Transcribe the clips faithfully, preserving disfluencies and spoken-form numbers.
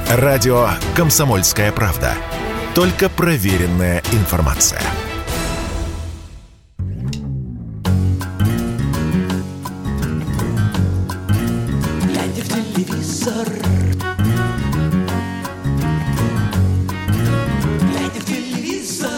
Радио «Комсомольская правда». Только проверенная информация. Глядя в телевизор, глядя в телевизор.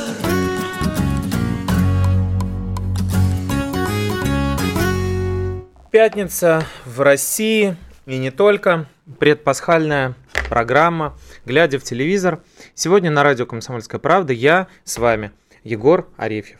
Пятница в России и не только. Предпасхальная программа «Глядя в телевизор». Сегодня на радио «Комсомольская правда» я с вами, Егор Арефьев.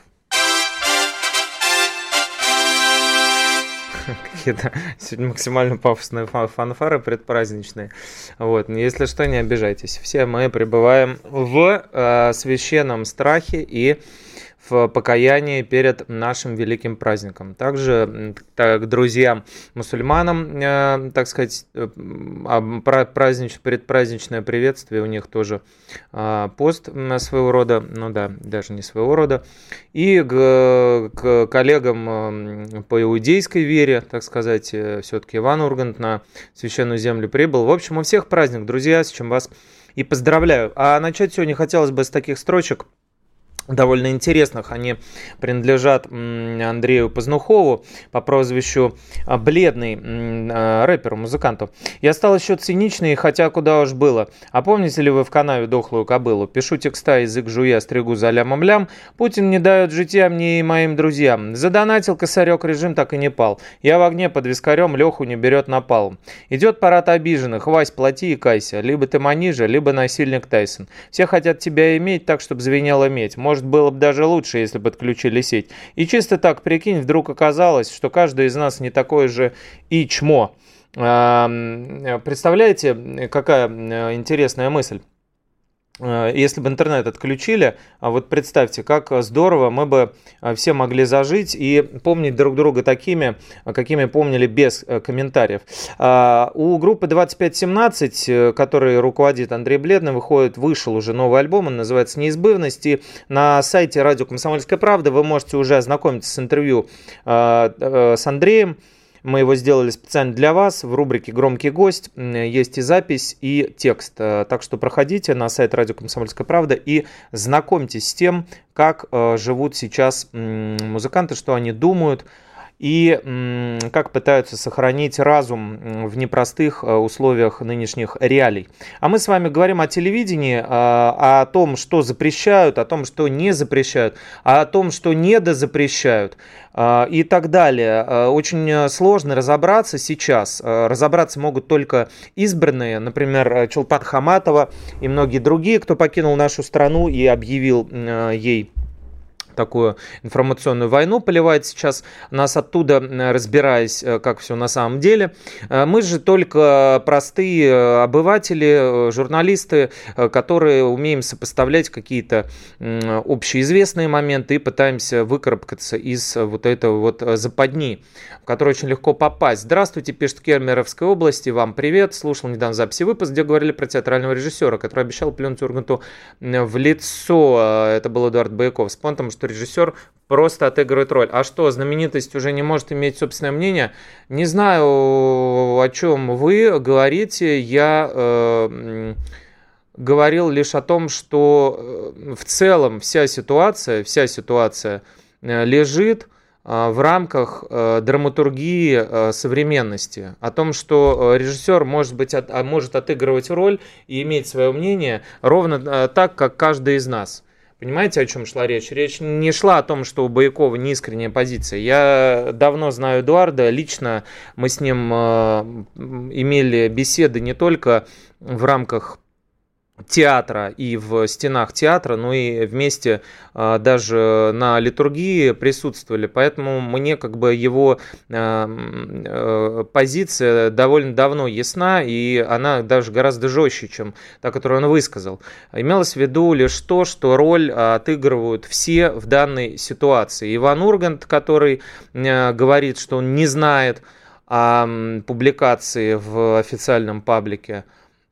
Какие-то сегодня максимально пафосные фанфары предпраздничные. Вот. Если что, не обижайтесь. Все мы пребываем в э, священном страхе и в покаянии перед нашим великим праздником. Также так, друзьям мусульманам, э, так сказать, э, празднич, предпраздничное приветствие, у них тоже э, пост своего рода, ну да, даже не своего рода. И к, к коллегам э, по иудейской вере, так сказать, э, все-таки Иван Ургант на священную землю прибыл. В общем, у всех праздник, друзья, с чем вас и поздравляю. А начать сегодня хотелось бы с таких строчек, довольно интересных. Они принадлежат Андрею Познухову по прозвищу Бледный, рэперу, музыканту. «Я стал еще циничный, хотя куда уж было. А помните ли вы в канаве дохлую кобылу? Пишу текста, язык жуя, стригу за лямом-лям. Путин не дает житья мне и моим друзьям. Задонатил косарек, режим так и не пал. Я в огне под вискарем, Леху не берет напалм. Идет парад обиженных. Вась, плати и кайся. Либо ты манижа, либо насильник Тайсон. Все хотят тебя иметь так, чтобы звенела медь. Может, было бы даже лучше, если бы отключили сеть. И чисто так, прикинь, вдруг оказалось, что каждый из нас не такой же и чмо». Представляете, какая интересная мысль? Если бы интернет отключили, вот представьте, как здорово мы бы все могли зажить и помнить друг друга такими, какими помнили без комментариев. У группы двадцать пять семнадцать, которой руководит Андрей Бледный, выходит, вышел уже новый альбом, он называется «Неизбывность», и на сайте радио «Комсомольская правда» вы можете уже ознакомиться с интервью с Андреем. Мы его сделали специально для вас. В рубрике «Громкий гость» есть и запись, и текст. Так что проходите на сайт радио «Комсомольская правда» и знакомьтесь с тем, как живут сейчас музыканты, что они думают и как пытаются сохранить разум в непростых условиях нынешних реалий. А мы с вами говорим о телевидении, о том, что запрещают, о том, что не запрещают, о том, что недозапрещают и так далее. Очень сложно разобраться сейчас. Разобраться могут только избранные, например, Чулпан Хаматова и многие другие, кто покинул нашу страну и объявил ей такую информационную войну, поливает сейчас нас оттуда, разбираясь, как все на самом деле. Мы же только простые обыватели, журналисты, которые умеем сопоставлять какие-то общеизвестные моменты и пытаемся выкарабкаться из вот этого вот западни, в которую очень легко попасть. Здравствуйте, пишет Кемеровской области, вам привет. Слушал недавно записи выпуск, где говорили про театрального режиссера, который обещал плюнуть Урганту в лицо. Это был Эдуард Бояков. С понтом, что режиссер просто отыгрывает роль. А что, знаменитость уже не может иметь собственное мнение? Не знаю, о чем вы говорите. Я э, говорил лишь о том, что в целом вся ситуация, вся ситуация лежит в рамках драматургии современности. О том, что режиссер может быть, может отыгрывать роль и иметь свое мнение ровно так, как каждый из нас. Понимаете, о чем шла речь? Речь не шла о том, что у Боякова неискренняя позиция. Я давно знаю Эдуарда, лично мы с ним э, имели беседы не только в рамках театра и в стенах театра, но и вместе а, даже на литургии присутствовали. Поэтому мне как бы его а, а, позиция довольно давно ясна, и она даже гораздо жестче, чем та, которую он высказал. Имелось в виду лишь то, что роль отыгрывают все в данной ситуации. Иван Ургант, который а, говорит, что он не знает о публикации в официальном паблике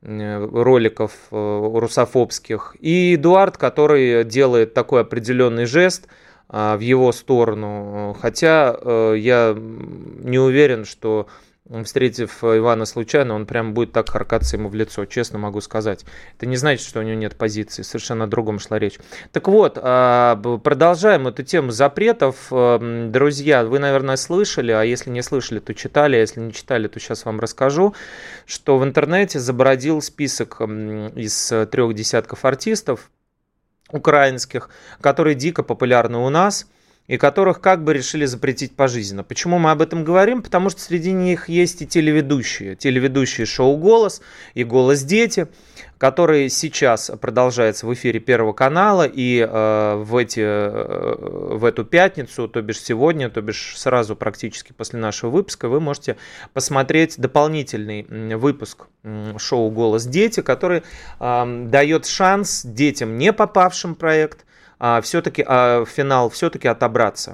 роликов русофобских, и Эдуард, который делает такой определенный жест в его сторону, хотя я не уверен, что встретив Ивана случайно, он прям будет так харкаться ему в лицо, честно могу сказать. Это не значит, что у него нет позиции, совершенно о другом шла речь. Так вот, продолжаем эту тему запретов. Друзья, вы, наверное, слышали, а если не слышали, то читали, а если не читали, то сейчас вам расскажу, что в интернете забродил список из трех десятков артистов украинских, которые дико популярны у нас, и которых как бы решили запретить пожизненно. Почему мы об этом говорим? Потому что среди них есть и телеведущие. Телеведущие шоу «Голос» и «Голос дети», которые сейчас продолжаются в эфире Первого канала. И э, в, эти, э, в эту пятницу, то бишь сегодня, то бишь сразу практически после нашего выпуска, вы можете посмотреть дополнительный выпуск шоу «Голос дети», который э, дает шанс детям, не попавшим в проект, а все-таки а, в финал все-таки отобраться.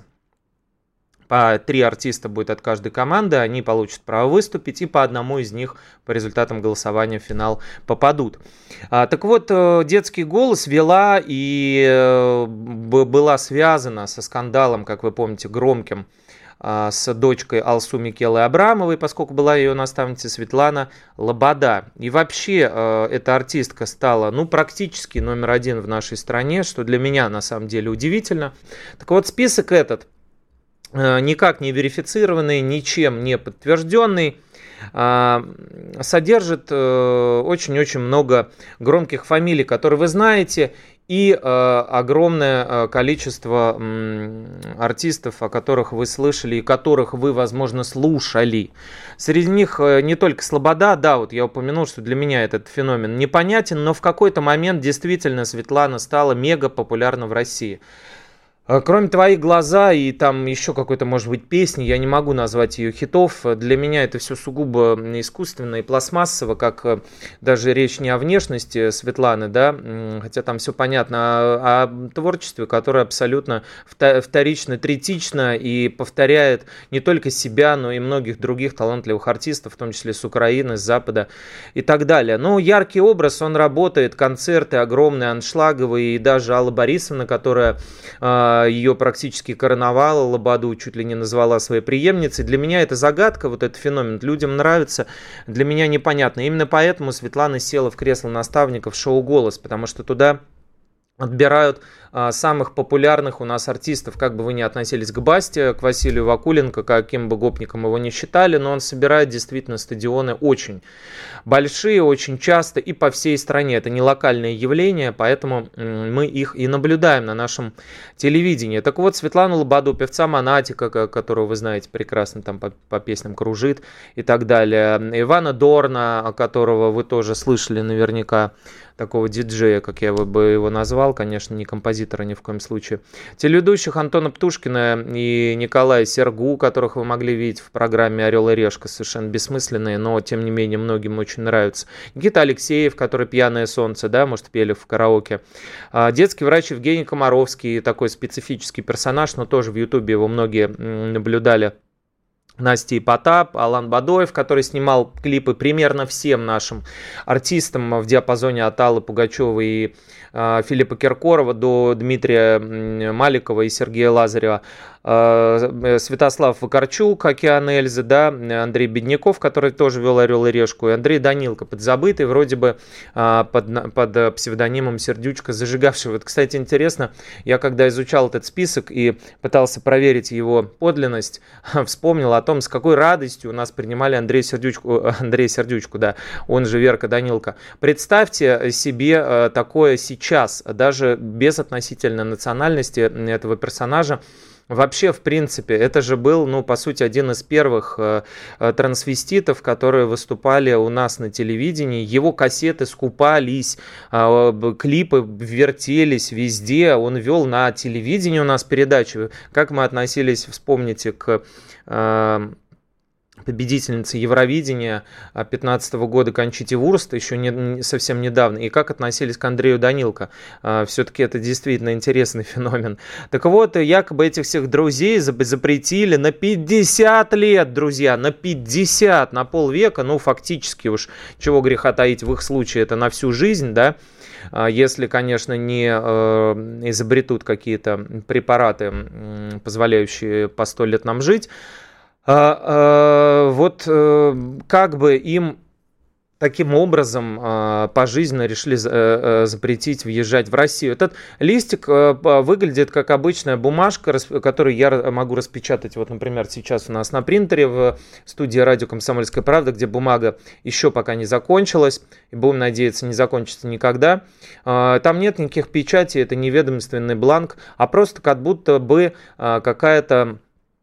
По три артиста будет от каждой команды, они получат право выступить, и по одному из них по результатам голосования в финал попадут. А, так вот, детский голос вела и э, была связана со скандалом, как вы помните, громким, с дочкой Алсу Микелы Абрамовой, поскольку была ее наставница Светлана Лобода. И вообще э, эта артистка стала, ну, практически номер один в нашей стране, что для меня на самом деле удивительно. Так вот, список этот э, никак не верифицированный, ничем не подтвержденный, э, содержит э, очень-очень много громких фамилий, которые вы знаете, и э, огромное э, количество э, артистов, о которых вы слышали и которых вы, возможно, слушали. Среди них э, не только Слобода, да, вот я упомянул, что для меня этот феномен непонятен, но в какой-то момент действительно Светлана стала мега популярна в России. Кроме «Твои глаза» и там еще какой-то, может быть, песни, я не могу назвать ее хитов. Для меня это все сугубо искусственно и пластмассово, как даже речь не о внешности Светланы, да, хотя там все понятно, а о творчестве, которое абсолютно вторично, третично и повторяет не только себя, но и многих других талантливых артистов, в том числе с Украины, с Запада и так далее. Но яркий образ, он работает, концерты огромные, аншлаговые, и даже Алла Борисовна, которая ее практически короновала, Лободу чуть ли не назвала своей преемницей. Для меня это загадка, вот этот феномен. Людям нравится, для меня непонятно. Именно поэтому Светлана села в кресло наставника в шоу «Голос», потому что туда отбирают а, самых популярных у нас артистов, как бы вы ни относились к Басте, к Василию Вакуленко, каким бы гопником его ни считали, но он собирает действительно стадионы очень большие, очень часто и по всей стране. Это не локальное явление, поэтому мы их и наблюдаем на нашем телевидении. Так вот, Светлану Лободу, певца Монатика, которого вы знаете прекрасно, там по, по песням кружит и так далее, Ивана Дорна, которого вы тоже слышали наверняка, такого диджея, как я бы его назвал, конечно, не композитора ни в коем случае. Телеведущих Антона Птушкина и Николая Сергу, которых вы могли видеть в программе «Орел и решка», совершенно бессмысленные, но, тем не менее, многим очень нравятся. Никита Алексеев, который «Пьяное солнце», да, может, пели в караоке. Детский врач Евгений Комаровский, такой специфический персонаж, но тоже в Ютубе его многие наблюдали. Настя и Потап, Алан Бадоев, который снимал клипы примерно всем нашим артистам в диапазоне от Аллы Пугачевой и э, Филиппа Киркорова до Дмитрия Маликова и Сергея Лазарева. Э, Святослав Вакарчук, «Океан Эльзы», да, Андрей Бедняков, который тоже вел «Орел и решку», и Андрей Данилко, подзабытый, вроде бы э, под, под псевдонимом Сердючка, зажигавший. Вот, кстати, интересно, я когда изучал этот список и пытался проверить его подлинность, вспомнил о том, с какой радостью у нас принимали Андрея Сердючку, Андрея Сердючку, да, он же Верка Данилко. Представьте себе такое сейчас, даже без относительно национальности этого персонажа. Вообще, в принципе, это же был, ну, по сути, один из первых э, трансвеститов, которые выступали у нас на телевидении. Его кассеты скупались, э, клипы вертелись везде. Он вел на телевидении у нас передачи. Как мы относились, вспомните, к э, победительнице Евровидения две тысячи пятнадцатого года Кончите Вурст, еще не, не, совсем недавно, и как относились к Андрею Данилко. А, все-таки это действительно интересный феномен. Так вот, якобы этих всех друзей запретили на пятьдесят лет, друзья, на пятьдесят, на полвека, ну, фактически уж, чего греха таить, в их случае это на всю жизнь, да, если, конечно, не э, изобретут какие-то препараты, позволяющие по сто лет нам жить. А, а, вот а, как бы им таким образом а, пожизненно решили а, запретить въезжать в Россию. Этот листик а, выглядит как обычная бумажка, которую я могу распечатать, вот, например, сейчас у нас на принтере в студии радио «Комсомольская правда», где бумага еще пока не закончилась, и будем надеяться, не закончится никогда. А, там нет никаких печатей, это не ведомственный бланк, а просто как будто бы а, какая-то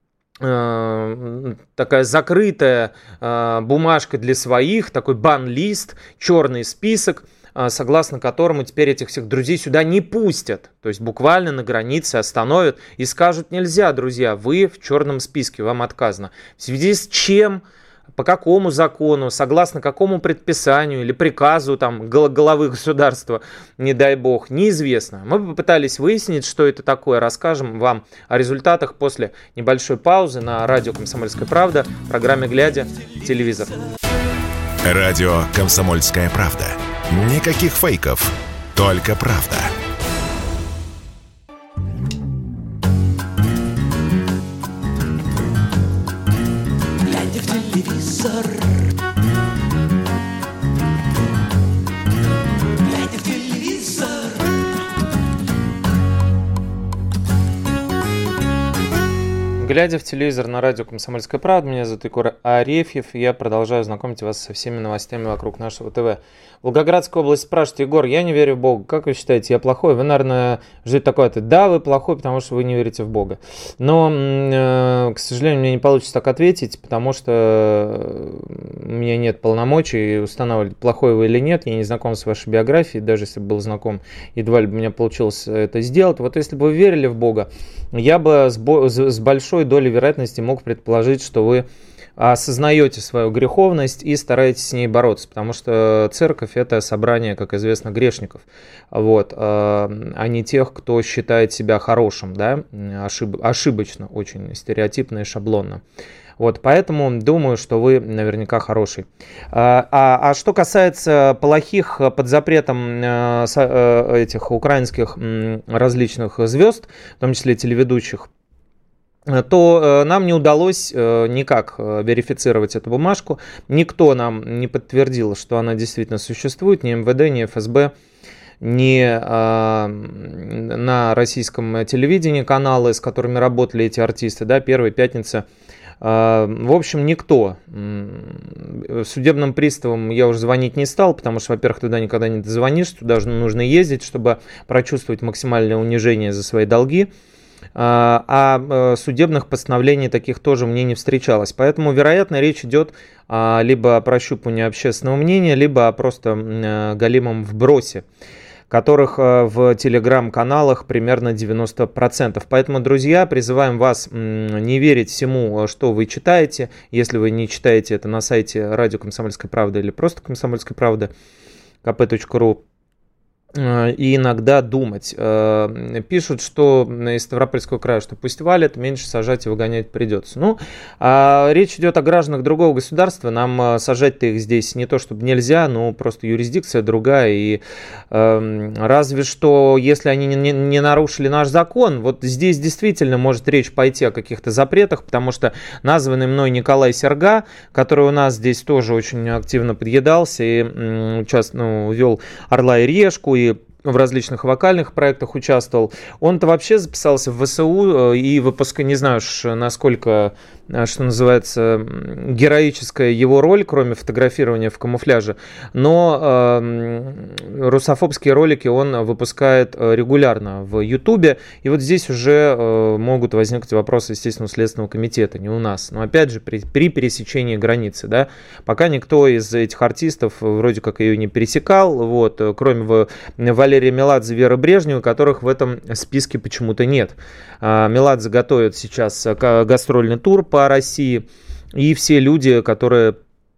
такая закрытая э, бумажка для своих, такой бан-лист, черный список, э, согласно которому теперь этих всех друзей сюда не пустят. То есть буквально на границе остановят и скажут: нельзя, друзья, вы в черном списке, вам отказано. В связи с чем, по какому закону, согласно какому предписанию или приказу там, главы государства, не дай бог, неизвестно. Мы попытались выяснить, что это такое. Расскажем вам о результатах после небольшой паузы на радио «Комсомольская правда» в программе «Глядя в телевизор». Радио «Комсомольская правда». Никаких фейков, только правда. Телевизор. Глядя в телевизор. Глядя в телевизор на радио «Комсомольская правда», меня зовут Егор Арефьев, и я продолжаю знакомить вас со всеми новостями вокруг нашего ТВ. Волгоградская область спрашивает: Егор, я не верю в Бога. Как вы считаете, я плохой? Вы, наверное, ждете такой ответ: да, вы плохой, потому что вы не верите в Бога. Но, э, к сожалению, мне не получится так ответить, потому что у меня нет полномочий устанавливать, плохой вы или нет. Я не знаком с вашей биографией, даже если бы был знаком, едва ли бы у меня получилось это сделать. Вот если бы вы верили в Бога, я бы с, бо- с большой долей вероятности мог предположить, что вы осознаете свою греховность и стараетесь с ней бороться, потому что церковь – это собрание, как известно, грешников, вот, а не тех, кто считает себя хорошим, да, ошиб, ошибочно, очень стереотипно и шаблонно. Вот, поэтому думаю, что вы наверняка хороший. А, а, а что касается плохих под запретом этих украинских различных звезд, в том числе телеведущих, то нам не удалось никак верифицировать эту бумажку. Никто нам не подтвердил, что она действительно существует, ни эм вэ дэ, ни эф эс бэ, ни а, на российском телевидении каналы, с которыми работали эти артисты, да, «Первая», «Пятница». А, в общем, никто. Судебным приставам я уже звонить не стал, потому что, во-первых, туда никогда не дозвонишься, туда нужно ездить, чтобы прочувствовать максимальное унижение за свои долги. А судебных постановлений таких тоже мне не встречалось. Поэтому, вероятно, речь идет либо о прощупывании общественного мнения, либо о просто галимом вбросе, которых в телеграм-каналах примерно девяносто процентов. Поэтому, друзья, призываем вас не верить всему, что вы читаете. Если вы не читаете это на сайте радио «Комсомольская правда» или просто «Комсомольская правда» ка пэ точка ру, и иногда думать. Пишут, что из Ставропольского края, что пусть валят, меньше сажать и выгонять придется. Ну, речь идет о гражданах другого государства. Нам сажать-то их здесь не то чтобы нельзя, но просто юрисдикция другая. И разве что, если они не, не нарушили наш закон, вот здесь действительно может речь пойти о каких-то запретах, потому что названный мной Николай Серга, который у нас здесь тоже очень активно подъедался и сейчас, ну, вел «Орла и решку», и в различных вокальных проектах участвовал. Он-то вообще записался в вэ эс у и выпуска, не знаю, насколько, что называется, героическая его роль, кроме фотографирования в камуфляже, но э, русофобские ролики он выпускает регулярно в Ютубе, и вот здесь уже э, могут возникнуть вопросы, естественно, у Следственного комитета, не у нас. Но опять же, при, при пересечении границы, да, пока никто из этих артистов вроде как ее не пересекал, вот, кроме Валерия Меладзе, Веры Брежневой, которых в этом списке почему-то нет. Меладзе готовит сейчас гастрольный тур по России, и все люди, которые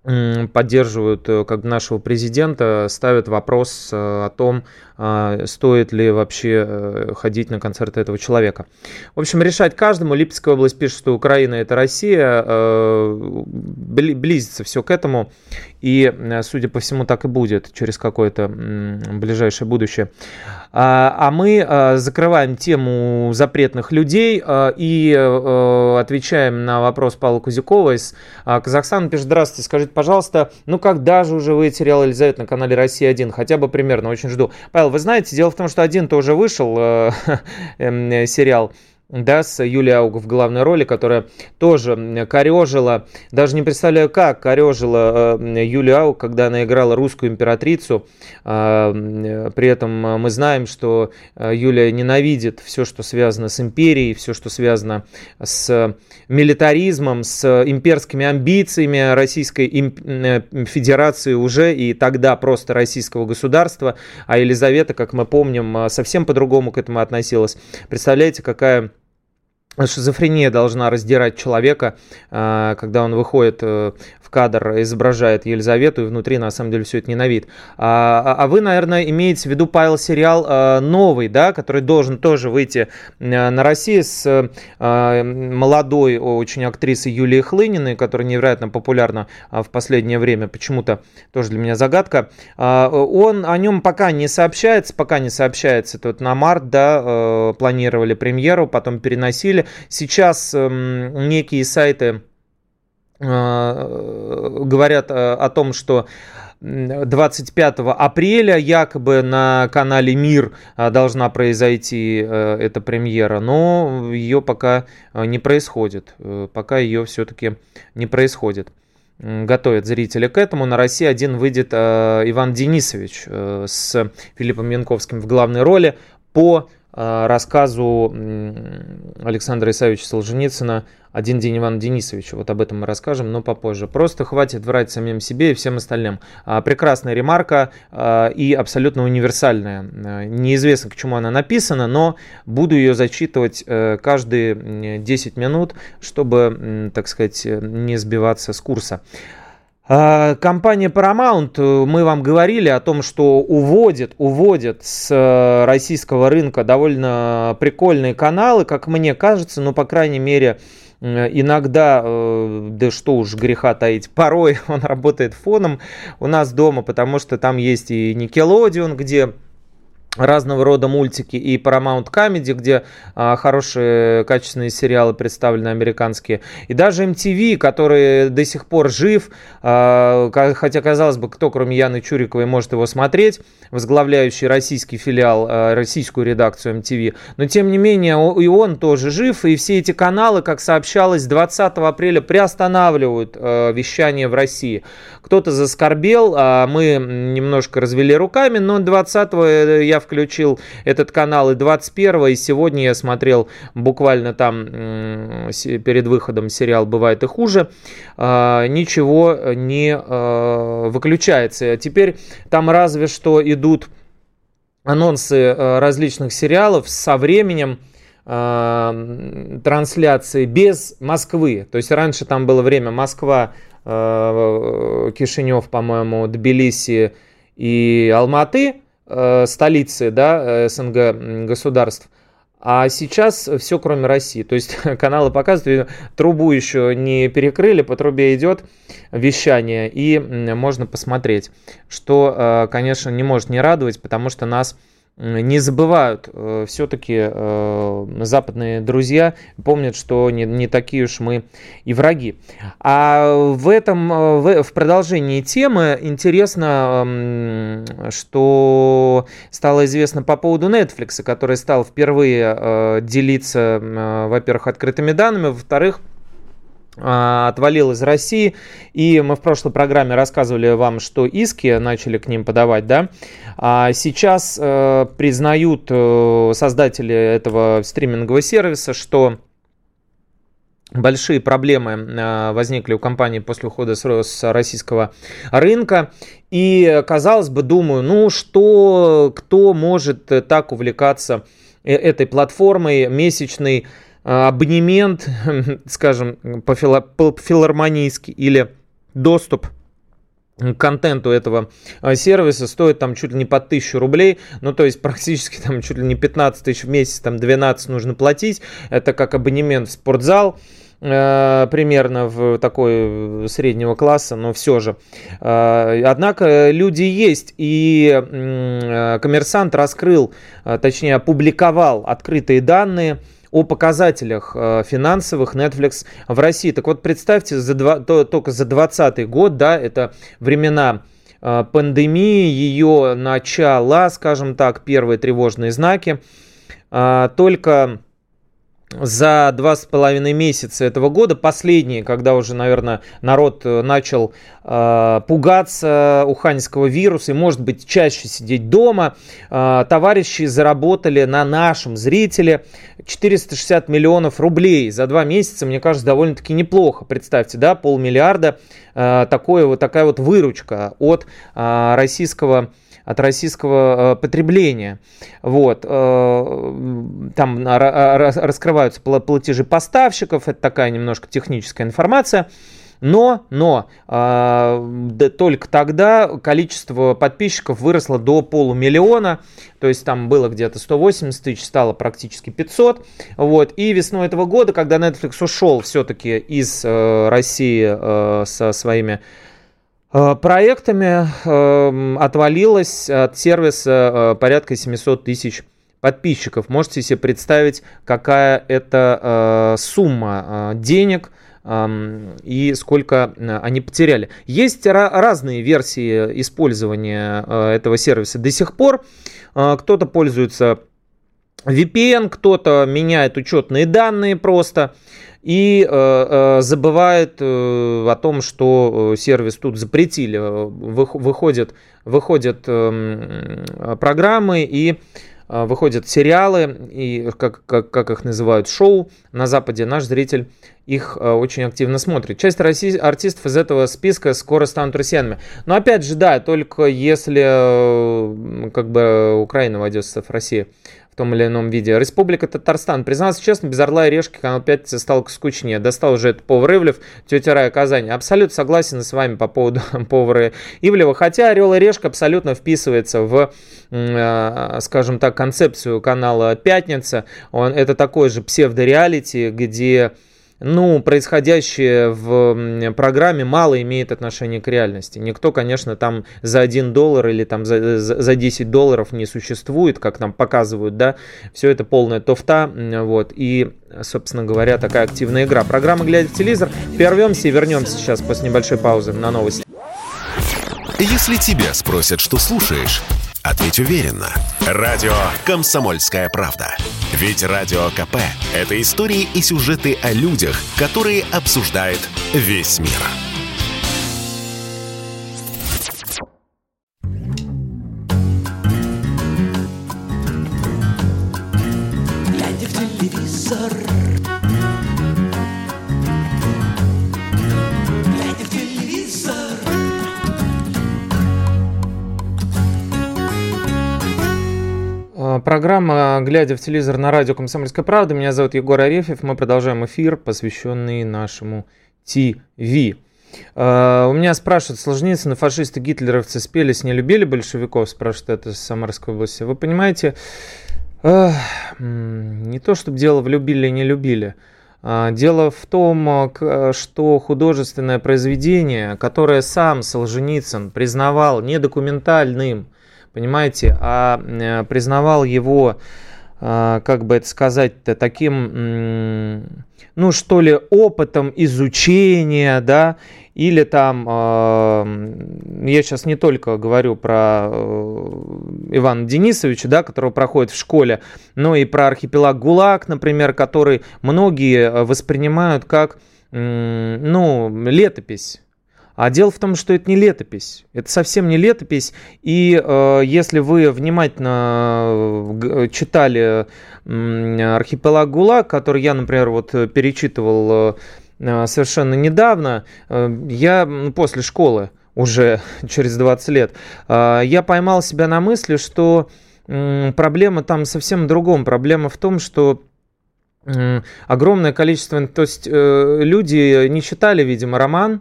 поддерживают как бы нашего президента, ставят вопрос о том, стоит ли вообще ходить на концерты этого человека. В общем, решать каждому. Липецкая область пишет, что Украина — это Россия. Близится все к этому. И, судя по всему, так и будет через какое-то ближайшее будущее. А мы закрываем тему запретных людей и отвечаем на вопрос Павла Кузякова из Казахстана. Пишет: здравствуйте, скажите, пожалуйста, ну когда же уже выйдет сериал «Елизавета» на канале «Россия один»? Хотя бы примерно, очень жду. Павел, вы знаете, дело в том, что один-то уже вышел сериал, да, с Юлией Ауг в главной роли, которая тоже корежила, даже не представляю, как корежила Юлию Ауг, когда она играла русскую императрицу. При этом мы знаем, что Юлия ненавидит все, что связано с империей, все, что связано с милитаризмом, с имперскими амбициями Российской Федерации уже и тогда просто российского государства. А Елизавета, как мы помним, совсем по-другому к этому относилась. Представляете, какая шизофрения должна раздирать человека, когда он выходит в кадр, изображает Елизавету, и внутри на самом деле все это ненавидит. А, а вы, наверное, имеете в виду, Павел, сериал новый, да, который должен тоже выйти на России с молодой очень актрисой Юлией Хлыниной, которая невероятно популярна в последнее время, почему-то тоже для меня загадка. Он о нем пока не сообщается, пока не сообщается. Тут на март, да, планировали премьеру, потом переносили. Сейчас некие сайты говорят о том, что двадцать пятого апреля якобы на канале «Мир» должна произойти эта премьера, но ее пока не происходит. Пока ее все-таки не происходит. Готовят зрители к этому. На «России один» выйдет Иван Денисович с Филиппом Янковским в главной роли по рассказу Александра Исаевича Солженицына «Один день Ивана Денисовича». Вот об этом мы расскажем, но попозже. Просто хватит врать самим себе и всем остальным. Прекрасная ремарка и абсолютно универсальная. Неизвестно, к чему она написана, но буду ее зачитывать каждые десять минут, чтобы, так сказать, не сбиваться с курса. Компания Paramount, мы вам говорили о том, что уводит, уводит с российского рынка довольно прикольные каналы, как мне кажется, но, по крайней мере, иногда, да что уж греха таить, порой он работает фоном у нас дома, потому что там есть и Nickelodeon, где разного рода мультики, и Paramount Comedy, где а, хорошие качественные сериалы представлены американские, и даже эм ти ви, который до сих пор жив, а, хотя, казалось бы, кто, кроме Яны Чуриковой, может его смотреть, возглавляющий российский филиал, а, российскую редакцию эм ти ви, но, тем не менее, и он тоже жив, и все эти каналы, как сообщалось, двадцатого апреля приостанавливают а, вещание в России. Кто-то заскорбел, а мы немножко развели руками, но двадцатого я включил этот канал, и двадцать первого, и сегодня я смотрел буквально там перед выходом сериал «Бывает и хуже», ничего не выключается. Теперь там разве что идут анонсы различных сериалов со временем трансляции без Москвы. То есть раньше там было время Москва, Кишинев, по-моему, Тбилиси и Алматы, столицы, да, СНГ государств. А сейчас все, кроме России. То есть каналы показывают, трубу еще не перекрыли, по трубе идет вещание, и можно посмотреть, что, конечно, не может не радовать, потому что нас не забывают все-таки западные друзья, помнят, что не, не такие уж мы и враги. А в этом, в, в продолжении темы интересно, что стало известно по поводу Netflix, который стал впервые делиться, во-первых, открытыми данными, во-вторых, отвалил из России, и мы в прошлой программе рассказывали вам, что иски начали к ним подавать, да, а сейчас э, признают э, создатели этого стримингового сервиса, что большие проблемы э, возникли у компании после ухода с, с российского рынка, и, казалось бы, думаю, ну что, кто может так увлекаться этой платформой, месячной абонемент, скажем, по-филармонийски, или доступ контенту этого сервиса стоит там чуть ли не под тысячу рублей, ну то есть практически там чуть ли не пятнадцать тысяч в месяц, там двенадцать нужно платить, это как абонемент в спортзал, э, примерно в такой среднего класса, но все же. Э, однако люди есть, и э, «Коммерсант» раскрыл, э, точнее опубликовал открытые данные о показателях э, финансовых Netflix в России. Так вот, представьте, за два, то, только за двадцатый год, да, это времена э, пандемии, ее начала, скажем так, первые тревожные знаки, э, только за два с половиной месяца этого года, последние, когда уже, наверное, народ начал э, пугаться уханьского вируса и, может быть, чаще сидеть дома, э, товарищи заработали на нашем зрителе четыреста шестьдесят миллионов рублей за два месяца. Мне кажется, довольно-таки неплохо. Представьте, да, полмиллиарда, э, такое, вот такая вот выручка от э, российского от российского э, потребления. Вот. Э, там р- раскрываются платежи поставщиков, это такая немножко техническая информация. Но, но э, да, только тогда количество подписчиков выросло до полумиллиона, то есть там было где-то сто восемьдесят тысяч, стало практически пятьсот. Вот. И весной этого года, когда Netflix ушел все-таки из э, России э, со своими проектами, э, отвалилось от сервиса э, порядка семьсот тысяч подписчиков. Можете себе представить, какая это э, сумма э, денег э, и сколько э, они потеряли. Есть ra- разные версии использования э, этого сервиса до сих пор. Э, кто-то пользуется ви пи эн, кто-то меняет учетные данные просто и э, э, забывает э, о том, что сервис тут запретили. Вы, выходят выходят э, программы и э, выходят сериалы, и как, как, как их называют, шоу на Западе. Наш зритель их э, очень активно смотрит. Часть россий, артистов из этого списка скоро станут россиянами. Но опять же, да, только если э, как бы Украина войдет в состав России в том или ином виде. Республика Татарстан. Признаться честно, без «Орла и решки» канал пятница стал скучнее. Достал уже это повар Ивлев, тетя Рая Казань. Абсолютно согласен с вами по поводу повара Ивлева. Хотя «Орел и решка» абсолютно вписывается в, скажем так, концепцию канала «Пятница». Он, это такой же псевдореалити, где ну, происходящее в программе мало имеет отношения к реальности. Никто, конечно, там за один доллар или там за, за десять долларов не существует, как нам показывают, да. Все это полная тофта, вот. И, собственно говоря, такая активная игра. Программа «Глядя в телевизор». Прервемся и вернемся сейчас после небольшой паузы на новости. Если тебя спросят, что слушаешь, ответь уверенно. Радио «Комсомольская правда». Ведь Радио КП – это истории и сюжеты о людях, которые обсуждает весь мир. Глядя в телевизор, глядя в телевизор. Программа «Глядя в телевизор» на радио «Комсомольская правда». Меня зовут Егор Арефьев. Мы продолжаем эфир, посвященный нашему ТВ. Uh, у меня спрашивают, Солженицын и фашисты, гитлеровцы спелись, не любили большевиков? Спрашивают это из Самарской области. Вы понимаете, uh, не то чтобы дело в любили или не любили. Uh, дело в том, что художественное произведение, которое сам Солженицын признавал не документальным, понимаете, а признавал его, как бы это сказать-то, таким, ну что ли, опытом изучения, да, или там, я сейчас не только говорю про Ивана Денисовича, да, которого проходит в школе, но и про архипелаг ГУЛАГ, например, который многие воспринимают как, ну, летопись. А дело в том, что это не летопись, это совсем не летопись, и э, если вы внимательно читали э, «Архипелаг ГУЛАГ», который я, например, вот перечитывал э, совершенно недавно, э, я после школы, уже через двадцать лет, э, я поймал себя на мысли, что э, проблема там совсем в другом, проблема в том, что огромное количество, то есть э, люди не читали, видимо, роман,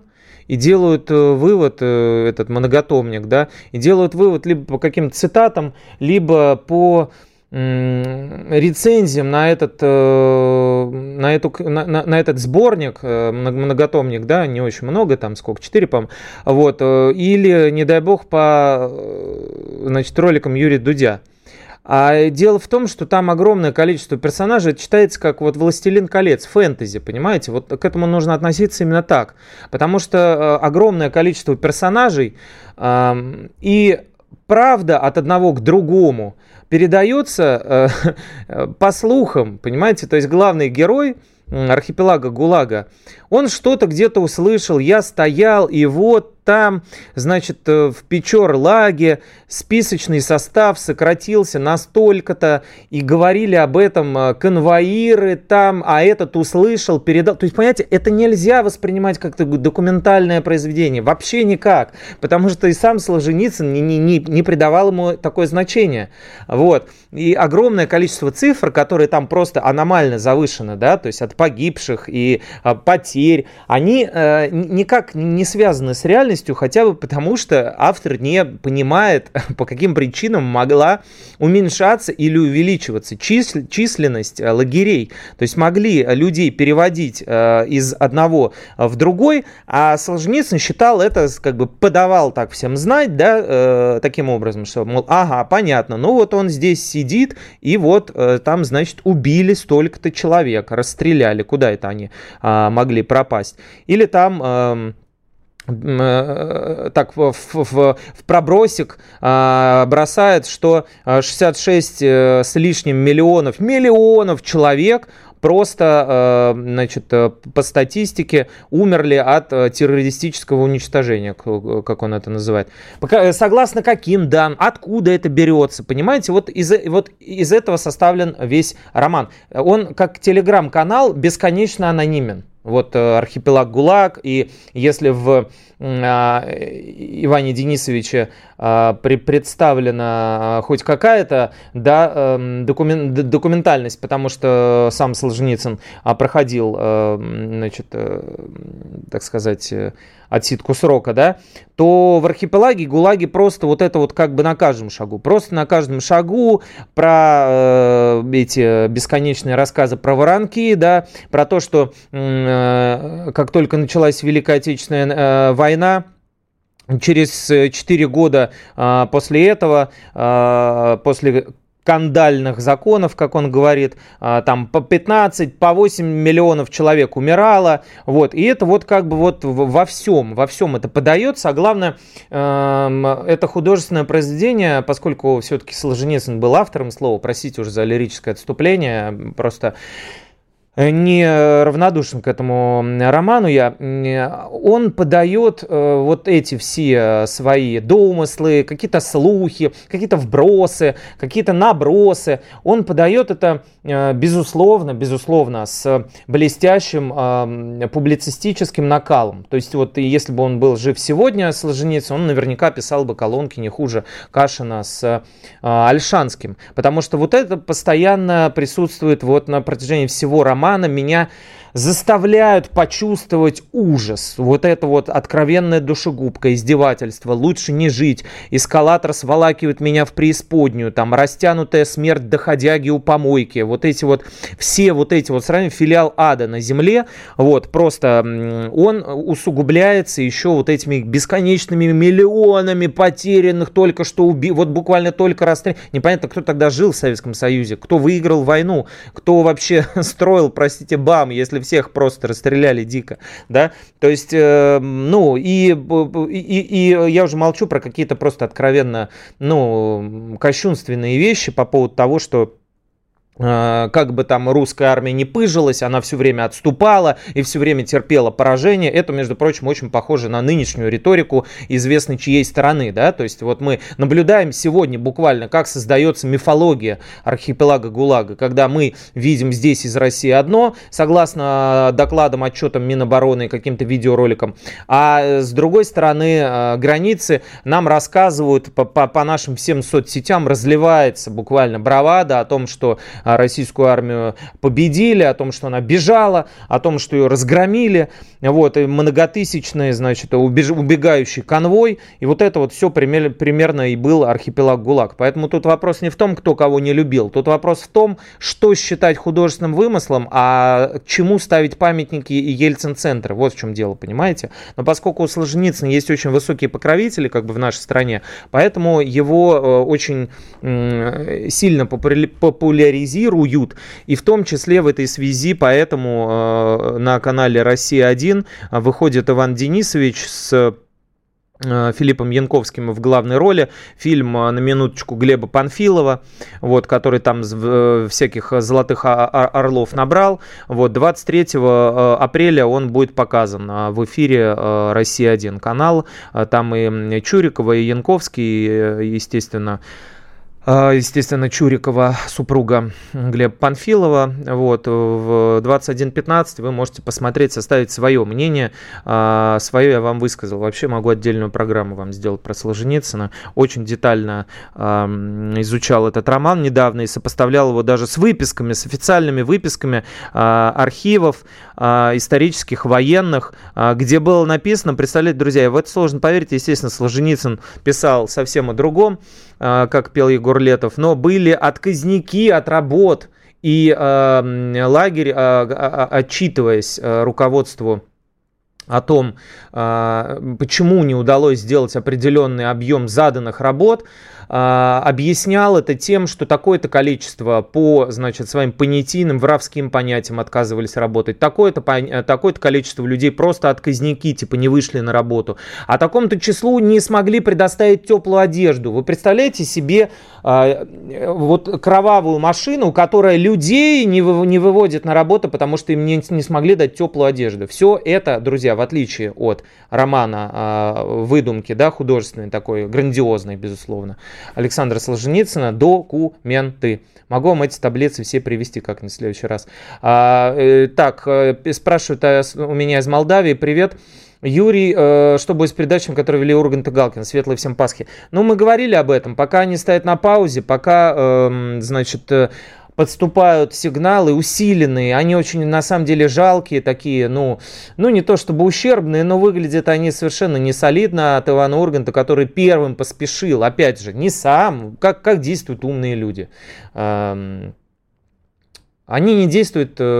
и делают вывод, этот многотомник, да, и делают вывод либо по каким-то цитатам, либо по рецензиям на этот, на, эту, на, на этот сборник, многотомник, да, не очень много, там сколько, четыре, по-моему, вот, или, не дай бог, по, значит, роликам Юрия Дудя. А дело в том, что там огромное количество персонажей, это читается как вот «Властелин колец», фэнтези, понимаете? Вот к этому нужно относиться именно так, потому что огромное количество персонажей, и правда от одного к другому передается э, по слухам, понимаете, то есть главный герой архипелага ГУЛАГа, он что-то где-то услышал, я стоял, и вот там, значит, в Печорлаге списочный состав сократился на столько-то, и говорили об этом конвоиры там, а этот услышал, передал. То есть, понимаете, это нельзя воспринимать как документальное произведение, вообще никак, потому что и сам Солженицын не, не, не придавал ему такое значение. Вот. И огромное количество цифр, которые там просто аномально завышены, да, то есть от погибших и а, потерь, они а, никак не связаны с реальностью, хотя бы потому, что автор не понимает, по каким причинам могла уменьшаться или увеличиваться числ- численность а, лагерей. То есть могли людей переводить а, из одного в другой, а Солженицын считал это, как бы подавал так всем знать, да, а, таким образом, что, мол, ага, понятно, ну вот он здесь сидит, и вот а, там, значит, убили столько-то человек, расстреляли, куда это они а, могли пропасть. Или там... А, так в, в, в пробросик а, бросает, что шестьдесят шесть с лишним миллионов, миллионов человек просто, значит, по статистике умерли от террористического уничтожения, как он это называет. Согласно каким данным, откуда это берется, понимаете? Вот из, вот из этого составлен весь роман. Он как телеграм-канал бесконечно анонимен. Вот архипелаг ГУЛАГ, и если в а, Иване Денисовиче а, при, представлена а, хоть какая-то, да, а, докумен, документальность, потому что сам Солженицын а, проходил, а, значит, а, так сказать, отсидку срока, да, то в архипелаге ГУЛАГе просто вот это вот как бы на каждом шагу, просто на каждом шагу про э, эти бесконечные рассказы про воронки, да, про то, что э, как только началась Великая Отечественная э, война, через четыре года э, после этого, э, после скандальных законов, как он говорит, там по пятнадцать, по восемь миллионов человек умирало, вот, и это вот как бы вот во всем, во всем это подается, а главное, это художественное произведение, поскольку все-таки Солженицын был автором слова, простите уже за лирическое отступление, просто не равнодушен к этому роману я, он подает вот эти все свои домыслы, какие-то слухи, какие-то вбросы, какие-то набросы. Он подает это, безусловно, безусловно, с блестящим публицистическим накалом. То есть вот если бы он был жив сегодня, Солженицын, он наверняка писал бы колонки не хуже Кашина с Ольшанским. Потому что вот это постоянно присутствует вот на протяжении всего романа. Меня заставляют почувствовать ужас. Вот это вот откровенная душегубка, издевательство, лучше не жить. Эскалатор сволакивает меня в преисподнюю, там растянутая смерть доходяги у помойки. Вот эти вот, все вот эти вот сравнения, филиал ада на земле, вот, просто он усугубляется еще вот этими бесконечными миллионами потерянных, только что убил, вот буквально только расстрел. Непонятно, кто тогда жил в Советском Союзе, кто выиграл войну, кто вообще строил, простите, БАМ, если всех просто расстреляли дико, да, то есть, э, ну, и, и, и я уже молчу про какие-то просто откровенно, ну, кощунственные вещи по поводу того, что как бы там русская армия не пыжилась, она все время отступала и все время терпела поражение. Это, между прочим, очень похоже на нынешнюю риторику известной чьей стороны, да, то есть вот мы наблюдаем сегодня буквально, как создается мифология архипелага ГУЛАГа, когда мы видим здесь из России одно, согласно докладам, отчетам Минобороны и каким-то видеороликам, а с другой стороны границы нам рассказывают по, по, по нашим всем соцсетям, разливается буквально бравада о том, что российскую армию победили, о том, что она бежала, о том, что ее разгромили, вот, и многотысячный, значит, убеж... убегающий конвой, и вот это вот все пример... примерно и был архипелаг ГУЛАГ. Поэтому тут вопрос не в том, кто кого не любил, тут вопрос в том, что считать художественным вымыслом, а к чему ставить памятники и Ельцин-центр, вот в чем дело, понимаете? Но поскольку у Солженицына есть очень высокие покровители, как бы в нашей стране, поэтому его очень сильно популяризируют, и в том числе в этой связи, поэтому на канале «Россия один» выходит Иван Денисович с Филиппом Янковским в главной роли, фильм, на минуточку, Глеба Панфилова, вот, который там всяких золотых орлов набрал. Вот, двадцать третьего апреля он будет показан в эфире «Россия один» канал. Там и Чурикова, и Янковский, естественно, Естественно, Чурикова, супруга Глеба Панфилова. Вот, в двадцать один пятнадцать вы можете посмотреть, составить свое мнение. Свое я вам высказал. Вообще могу отдельную программу вам сделать про Солженицына. Очень детально изучал этот роман недавно и сопоставлял его даже с выписками, с официальными выписками архивов исторических, военных, где было написано, представляете, друзья, в это сложно поверить, естественно, Солженицын писал совсем о другом, как пел Егор Летов, но были отказники от работ, и э, лагерь, э, э, отчитываясь э, руководству о том, э, почему не удалось сделать определенный объем заданных работ, э, объяснял это тем, что такое-то количество по, значит, своим понятийным, воровским понятиям отказывались работать, такое-то, такое-то количество людей просто отказники, типа не вышли на работу, а такому-то числу не смогли предоставить теплую одежду. Вы представляете себе э, вот кровавую машину, которая людей не, вы, не выводит на работу, потому что им не, не смогли дать теплую одежду. Все это, друзья, в отличие от романа э, выдумки, да, художественной, такой грандиозной, безусловно, Александра Солженицына, документы. Могу вам эти таблицы все привести как-нибудь в следующий раз. А, э, так, э, спрашивают а, у меня из Молдавии. Привет. Юрий, э, что будет с передачами, которые вели Ургант и Галкин? Светлые всем Пасхи. Ну, мы говорили об этом. Пока они стоят на паузе, пока, э, значит... Э, подступают сигналы усиленные, они очень на самом деле жалкие такие, ну, ну не то чтобы ущербные, но выглядят они совершенно не солидно от Ивана Урганта, который первым поспешил, опять же, не сам, как, как действуют умные люди. Они не действуют э,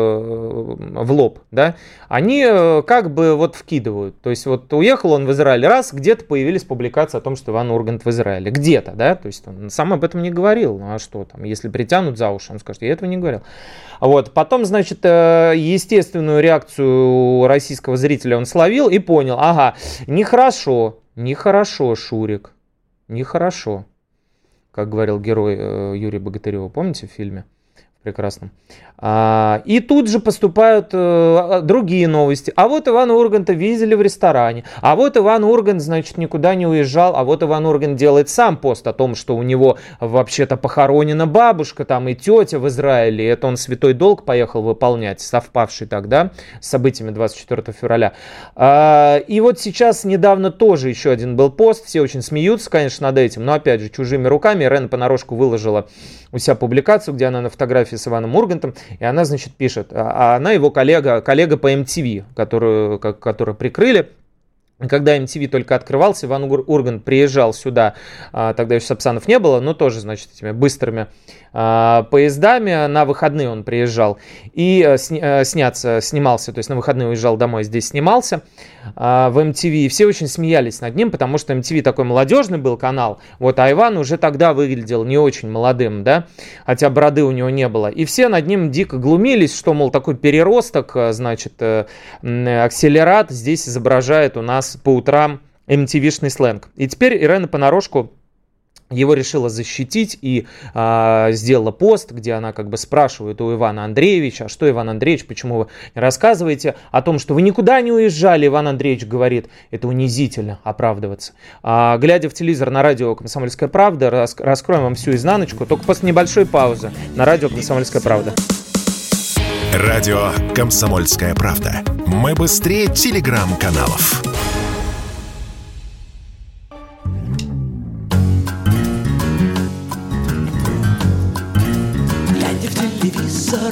в лоб, да, они э, как бы вот вкидывают, то есть вот уехал он в Израиль, раз, где-то появились публикации о том, что Иван Ургант в Израиле, где-то, да, то есть он сам об этом не говорил, ну а что там, если притянут за уши, он скажет, я этого не говорил. Вот, потом, значит, э, естественную реакцию российского зрителя он словил и понял, ага, нехорошо, нехорошо, Шурик, нехорошо, как говорил герой э, Юрия Богатырева, помните в фильме? Прекрасно. А, и тут же поступают э, другие новости. А вот Ивана Урганта видели в ресторане. А вот Иван Ургант, значит, никуда не уезжал. А вот Иван Ургант делает сам пост о том, что у него вообще-то похоронена бабушка там и тетя в Израиле. Это он святой долг поехал выполнять, совпавший тогда с событиями двадцать четвёртого февраля. А, и вот сейчас недавно тоже еще один был пост. Все очень смеются, конечно, над этим. Но опять же, чужими руками. Ирена понарошку выложила у себя публикацию, где она на фотографии с Иваном Ургантом, и она, значит, пишет, а она его коллега, коллега по эм ти ви, которую, которую прикрыли. Когда эм ти ви только открывался, Иван Ургант приезжал сюда, тогда еще Сапсанов не было, но тоже, значит, этими быстрыми поездами, на выходные он приезжал и сняться, снимался, то есть на выходные уезжал домой, здесь снимался в эм ти ви, и все очень смеялись над ним, потому что эм ти ви такой молодежный был канал, вот, а Иван уже тогда выглядел не очень молодым, да, хотя бороды у него не было, и все над ним дико глумились, что, мол, такой переросток, значит, акселерат здесь изображает у нас по утрам эм ти ви-шный сленг. И теперь Ирена понарошку его решила защитить и а, сделала пост, где она как бы спрашивает у Ивана Андреевича, а что, Иван Андреевич, почему вы не рассказываете о том, что вы никуда не уезжали? Иван Андреевич говорит, это унизительно оправдываться. А, глядя в телевизор на радио «Комсомольская правда», рас, раскроем вам всю изнаночку, только после небольшой паузы на радио «Комсомольская правда». Радио «Комсомольская правда». Мы быстрее телеграм-каналов. телевизор.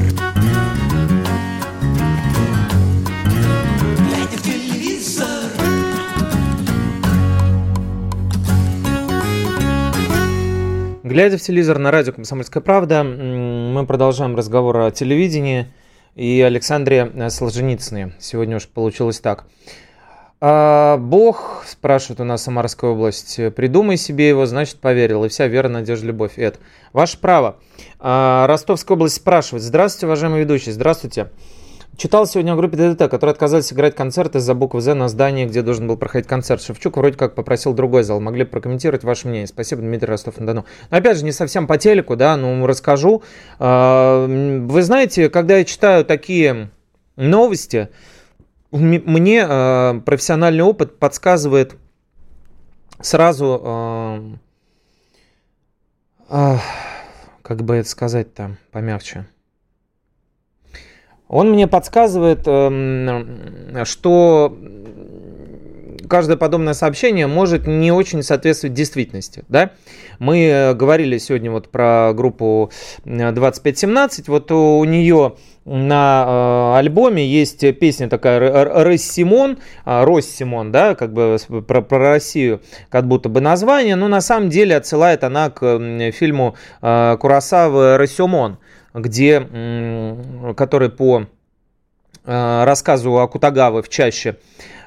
Глядя в телевизор. Глядя в телевизор на радио «Комсомольская правда», мы продолжаем разговор о телевидении и Александре Солженицыне. Сегодня уж получилось так. А Бог, спрашивает у нас Самарская область, придумай себе его, значит поверил, и вся вера, надежда, любовь. Это ваше право. А Ростовская область спрашивает. Здравствуйте, уважаемый ведущий, здравствуйте. Читал сегодня о группе ДДТ, которые отказались играть концерт из-за буквы «З» на здании, где должен был проходить концерт. Шевчук вроде как попросил другой зал. Могли бы прокомментировать ваше мнение? Спасибо, Дмитрий, Ростов-на-Дону. Но опять же, не совсем по телеку, да, ну расскажу. Вы знаете, когда я читаю такие новости, мне профессиональный опыт подсказывает сразу, как бы это сказать-то помягче. Он мне подсказывает, что каждое подобное сообщение может не очень соответствовать действительности. Да? Мы говорили сегодня вот про группу двадцать пять семнадцать. Вот у нее на альбоме есть песня такая «Россимон», «Россимон», да, как бы про, про Россию, как будто бы название, но на самом деле отсылает она к фильму Куросавы «Россимон», где, который по рассказу Акутагавы в чаще,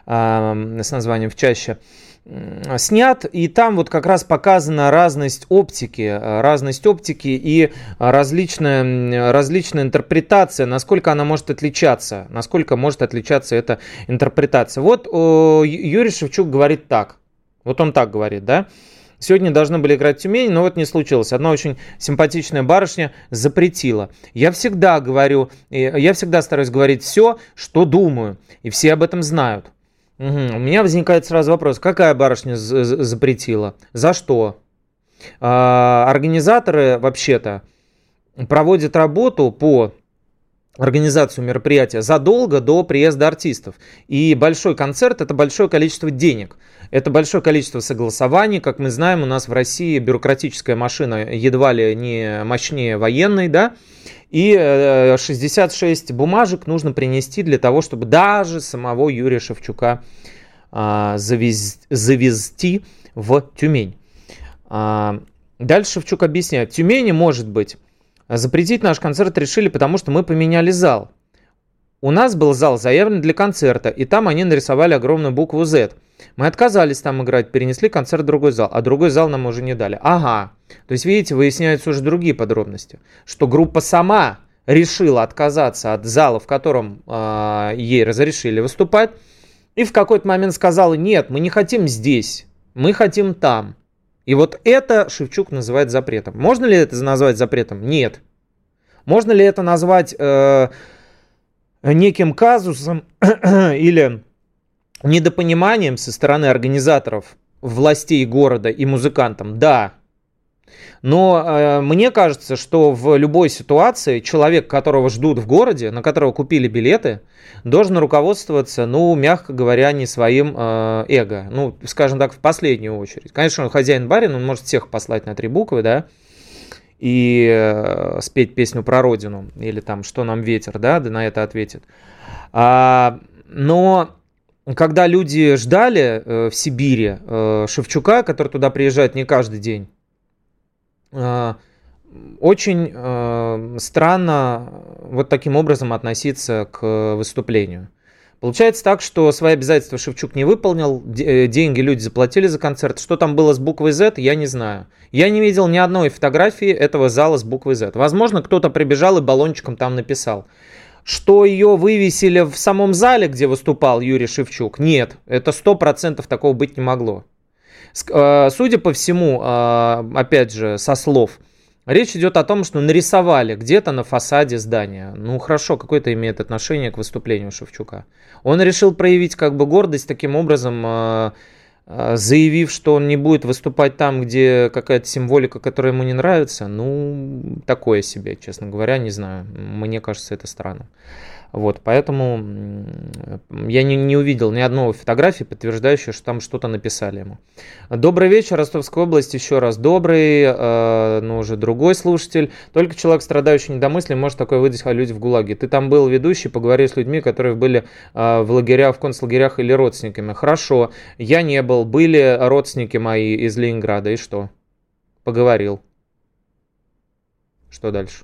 с названием «В чаще», снят, и там вот как раз показана разность оптики, разность оптики и различная, различная интерпретация, насколько она может отличаться, насколько может отличаться эта интерпретация. Вот Юрий Шевчук говорит так, вот он так говорит, да. Сегодня должны были играть в Тюмени, но вот не случилось. Одна очень симпатичная барышня запретила. Я всегда говорю, я всегда стараюсь говорить все, что думаю, и все об этом знают. Угу. У меня возникает сразу вопрос, какая барышня запретила? За что? А, организаторы вообще-то проводят работу по организацию мероприятия задолго до приезда артистов. И большой концерт – это большое количество денег. Это большое количество согласований. Как мы знаем, у нас в России бюрократическая машина едва ли не мощнее военной, да? И шестьдесят шесть бумажек нужно принести для того, чтобы даже самого Юрия Шевчука завез, завезти в Тюмень. Дальше Шевчук объясняет. В Тюмени, может быть, запретить наш концерт решили, потому что мы поменяли зал. У нас был зал заявлен для концерта, и там они нарисовали огромную букву «З». Мы отказались там играть, перенесли концерт в другой зал, а другой зал нам уже не дали. Ага, то есть, видите, выясняются уже другие подробности, что группа сама решила отказаться от зала, в котором э, ей разрешили выступать, и в какой-то момент сказала: нет, мы не хотим здесь, мы хотим там. И вот это Шевчук называет запретом. Можно ли это назвать запретом? Нет. Можно ли это назвать э, неким казусом или недопониманием со стороны организаторов, властей города и музыкантам? Да. Но э, мне кажется, что в любой ситуации человек, которого ждут в городе, на которого купили билеты, должен руководствоваться, ну, мягко говоря, не своим э, эго. Ну, скажем так, в последнюю очередь. Конечно, он хозяин-барин, он может всех послать на три буквы, да, и э, спеть песню про родину, или там «Что нам ветер», да, да на это ответит. А, но когда люди ждали э, в Сибири э, Шевчука, который туда приезжает не каждый день, э, очень э, странно вот таким образом относиться к выступлению. Получается так, что свои обязательства Шевчук не выполнил, деньги люди заплатили за концерт. Что там было с буквой «З», я не знаю. Я не видел ни одной фотографии этого зала с буквой «З». Возможно, кто-то прибежал и баллончиком там написал. Что ее вывесили в самом зале, где выступал Юрий Шевчук? Нет, это сто процентов такого быть не могло. Судя по всему, опять же, со слов, речь идет о том, что нарисовали где-то на фасаде здания. Ну хорошо, какое-то имеет отношение к выступлению Шевчука. Он решил проявить как бы гордость таким образом, заявив, что он не будет выступать там, где какая-то символика, которая ему не нравится. Ну, такое себе, честно говоря, не знаю. Мне кажется, это странно. Вот, поэтому я не, не увидел ни одной фотографии, подтверждающей, что там что-то написали ему. Добрый вечер, Ростовская область, еще раз добрый, э, но уже другой слушатель. Только человек, страдающий недомыслием, может такое выдать о людях в ГУЛАГе. Ты там был ведущий, поговори с людьми, которые были э, в лагерях, в концлагерях или родственниками. Хорошо, я не был, были родственники мои из Ленинграда, и что? Поговорил. Что дальше?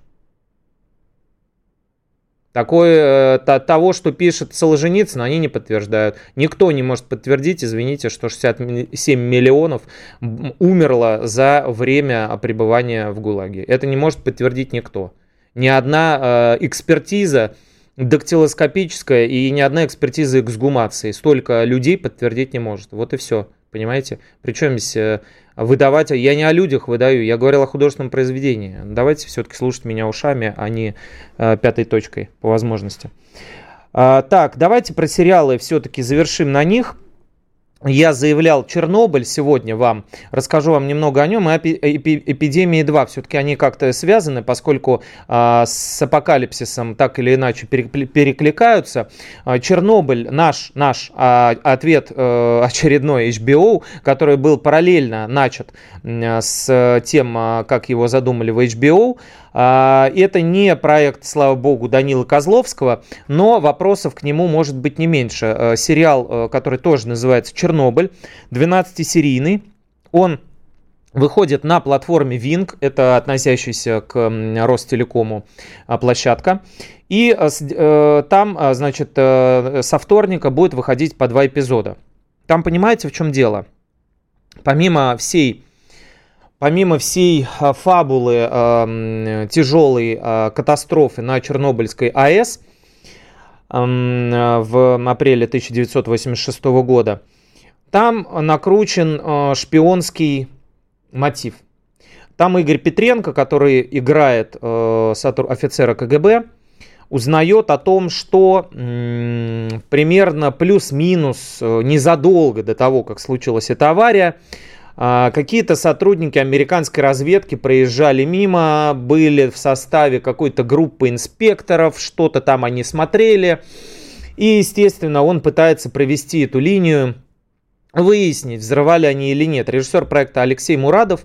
Такое, то, того, что пишет Солженицын, они не подтверждают. Никто не может подтвердить, извините, что шестьдесят семь миллионов умерло за время пребывания в ГУЛАГе. Это не может подтвердить никто. Ни одна э, экспертиза дактилоскопическая и ни одна экспертиза эксгумации столько людей подтвердить не может. Вот и все. Понимаете? Причем здесь выдавать... Я не о людях выдаю, я говорил о художественном произведении. Давайте все-таки слушать меня ушами, а не э, пятой точкой по возможности. А, так, давайте про сериалы все-таки завершим на них. Я заявлял Чернобыль сегодня вам, расскажу вам немного о нем, и эпи- эпи- Эпидемии два, все-таки они как-то связаны, поскольку а, с Апокалипсисом так или иначе перекликаются. А, Чернобыль, наш, наш а, ответ а, очередной эйч би о, который был параллельно начат а, с тем, а, как его задумали в эйч би о. Это не проект, слава богу, Данилы Козловского, но вопросов к нему может быть не меньше. Сериал, который тоже называется «Чернобыль», двенадцатисерийный, он выходит на платформе Винг, это относящаяся к Ростелекому площадка. И там, значит, со вторника будет выходить по два эпизода. Там, понимаете, в чем дело? Помимо всей... Помимо всей фабулы э, тяжелой э, катастрофы на Чернобыльской АЭС э, в апреле тысяча девятьсот восемьдесят шестого года, там накручен э, шпионский мотив. Там Игорь Петренко, который играет э, офицера ка гэ бэ, узнает о том, что э, примерно плюс-минус э, незадолго до того, как случилась эта авария, какие-то сотрудники американской разведки проезжали мимо, были в составе какой-то группы инспекторов, что-то там они смотрели. И, естественно, он пытается провести эту линию, выяснить, взрывали они или нет. Режиссер проекта Алексей Мурадов.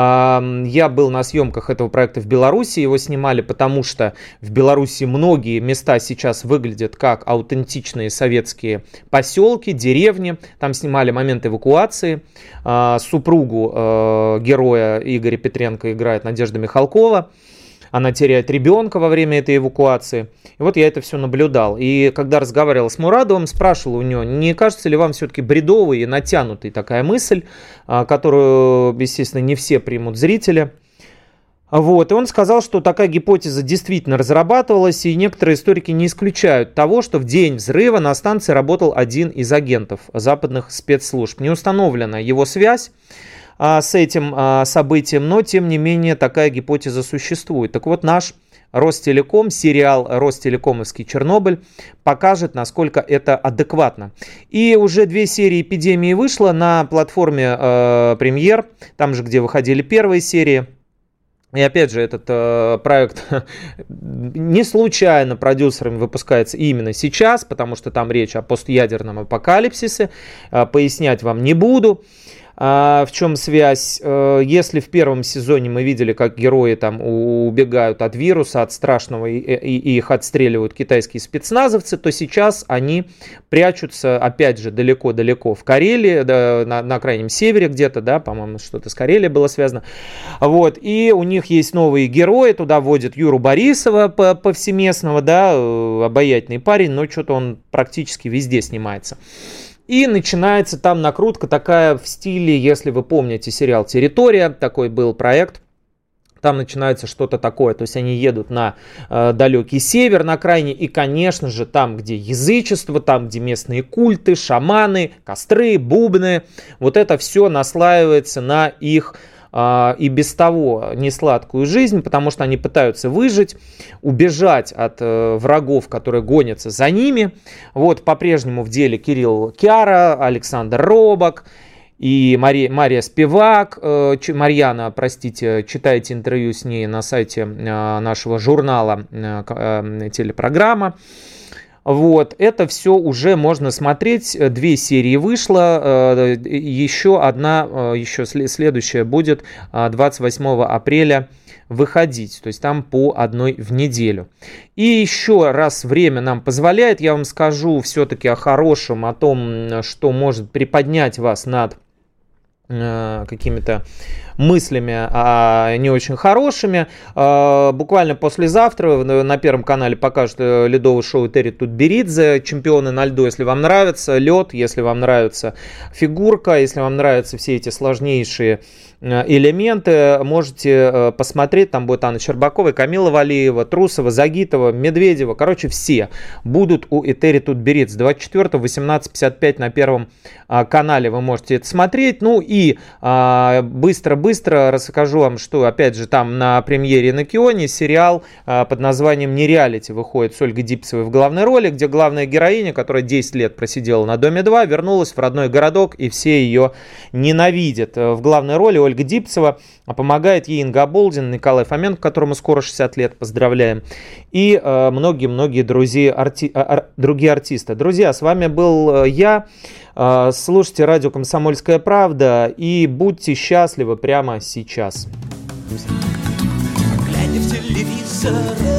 Я был на съемках этого проекта в Беларуси. Его снимали, потому что в Беларуси многие места сейчас выглядят как аутентичные советские поселки, деревни. Там снимали момент эвакуации. Супругу героя Игоря Петренко играет Надежда Михалкова. Она теряет ребенка во время этой эвакуации. И вот я это все наблюдал. И когда разговаривал с Мурадовым, спрашивал у него, не кажется ли вам все-таки бредовой и натянутой такая мысль, которую, естественно, не все примут зрители. Вот. И он сказал, что такая гипотеза действительно разрабатывалась, и некоторые историки не исключают того, что в день взрыва на станции работал один из агентов западных спецслужб. Не установлена его связь с этим а, событием, но тем не менее такая гипотеза существует. Так вот, наш Ростелеком, сериал «Ростелекомовский Чернобыль» покажет, насколько это адекватно. И уже две серии «Эпидемии» вышло на платформе э, «Премьер», там же, где выходили первые серии. И опять же, этот э, проект не случайно продюсерами выпускается именно сейчас, потому что там речь о постядерном апокалипсисе. Э, пояснять вам не буду. В чем связь? Если в первом сезоне мы видели, как герои там убегают от вируса, от страшного, и, и их отстреливают китайские спецназовцы, то сейчас они прячутся, опять же, далеко-далеко в Карелии, да, на, на крайнем севере где-то, да, по-моему, что-то с Карелией было связано. Вот, и у них есть новые герои, туда вводят Юру Борисова повсеместного, да, обаятельный парень, но что-то он практически везде снимается. И начинается там накрутка такая в стиле, если вы помните сериал «Территория», такой был проект. Там начинается что-то такое, то есть они едут на э, далекий север, на крайне, и, конечно же, там, где язычество, там, где местные культы, шаманы, костры, бубны, вот это все наслаивается на их и без того несладкую жизнь, потому что они пытаются выжить, убежать от э, врагов, которые гонятся за ними. Вот по-прежнему в деле Кирилл Кяра, Александр Робок и Мария, Мария Спивак. Э, Марьяна, простите, читайте интервью с ней на сайте э, нашего журнала э, э, телепрограмма. Вот, это все уже можно смотреть. Две серии вышло, еще одна, еще следующая будет двадцать восьмого апреля выходить, то есть там по одной в неделю. И еще раз время нам позволяет, я вам скажу все-таки о хорошем, о том, что может приподнять вас над какими-то мыслями, а не очень хорошими. Буквально послезавтра на Первом канале покажут ледовое шоу Терри Тутберидзе, чемпионы на льду. Если вам нравится лед, если вам нравится фигурка, если вам нравятся все эти сложнейшие элементы, можете посмотреть. Там будет Анна Щербакова, Камила Валиева, Трусова, Загитова, Медведева. Короче, все будут у Этери Тутберидзе. двадцать четвёртого в восемнадцать пятьдесят пять на Первом канале вы можете это смотреть. Ну и быстро-быстро Быстро расскажу вам, что, опять же, там на премьере на Кионе сериал а, под названием «Нереалити» выходит с Ольгой Дипцевой в главной роли, где главная героиня, которая десять лет просидела на Доме два, вернулась в родной городок, и все ее ненавидят. В главной роли Ольга Дипцева, а помогает ей Инга Болдин, Николай Фоменко, которому скоро шестьдесят лет, поздравляем, и а, многие-многие друзья, арти, а, другие артисты. Друзья, с вами был я. Слушайте радио «Комсомольская правда» и будьте счастливы прямо сейчас. Глядя в телевизор,